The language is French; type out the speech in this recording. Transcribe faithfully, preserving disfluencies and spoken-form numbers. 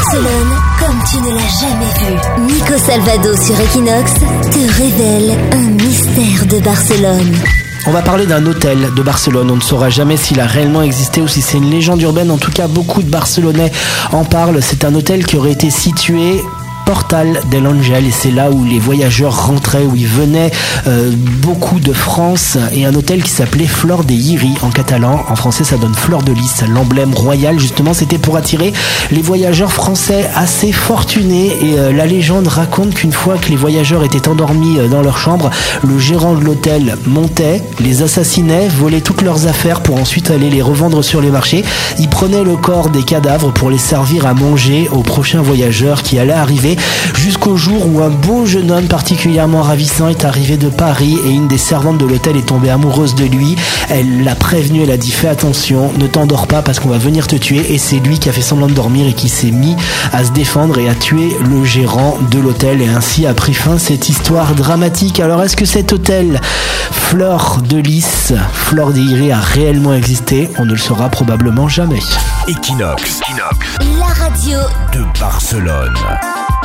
Barcelone comme tu ne l'as jamais vu. Nico Salvado sur Equinox te révèle un mystère de Barcelone. On va parler d'un hôtel de Barcelone. On ne saura jamais s'il a réellement existé ou si c'est une légende urbaine. En tout cas, beaucoup de Barcelonais en parlent. C'est un hôtel qui aurait été situé Portal del Ángel, et c'est là où les voyageurs rentraient, où ils venaient euh, beaucoup de France, et un hôtel qui s'appelait Flor de Lliri en catalan. En français ça donne Fleur de Lys, l'emblème royal. Justement, c'était pour attirer les voyageurs français assez fortunés, et euh, la légende raconte qu'une fois que les voyageurs étaient endormis euh, dans leur chambre, le gérant de l'hôtel montait, les assassinait, volait toutes leurs affaires pour ensuite aller les revendre sur les marchés. Il prenait le corps des cadavres pour les servir à manger aux prochains voyageurs qui allaient arriver, jusqu'au jour où un beau jeune homme particulièrement ravissant est arrivé de Paris, et une des servantes de l'hôtel est tombée amoureuse de lui. Elle l'a prévenu, elle a dit: fais attention, ne t'endors pas parce qu'on va venir te tuer. Et c'est lui qui a fait semblant de dormir et qui s'est mis à se défendre et à tuer le gérant de l'hôtel, et ainsi a pris fin cette histoire dramatique. Alors est-ce que cet hôtel Flor de Lys, Flor de Lliri, a réellement existé? On ne le saura probablement jamais. Equinox, Equinox, la radio de Barcelone.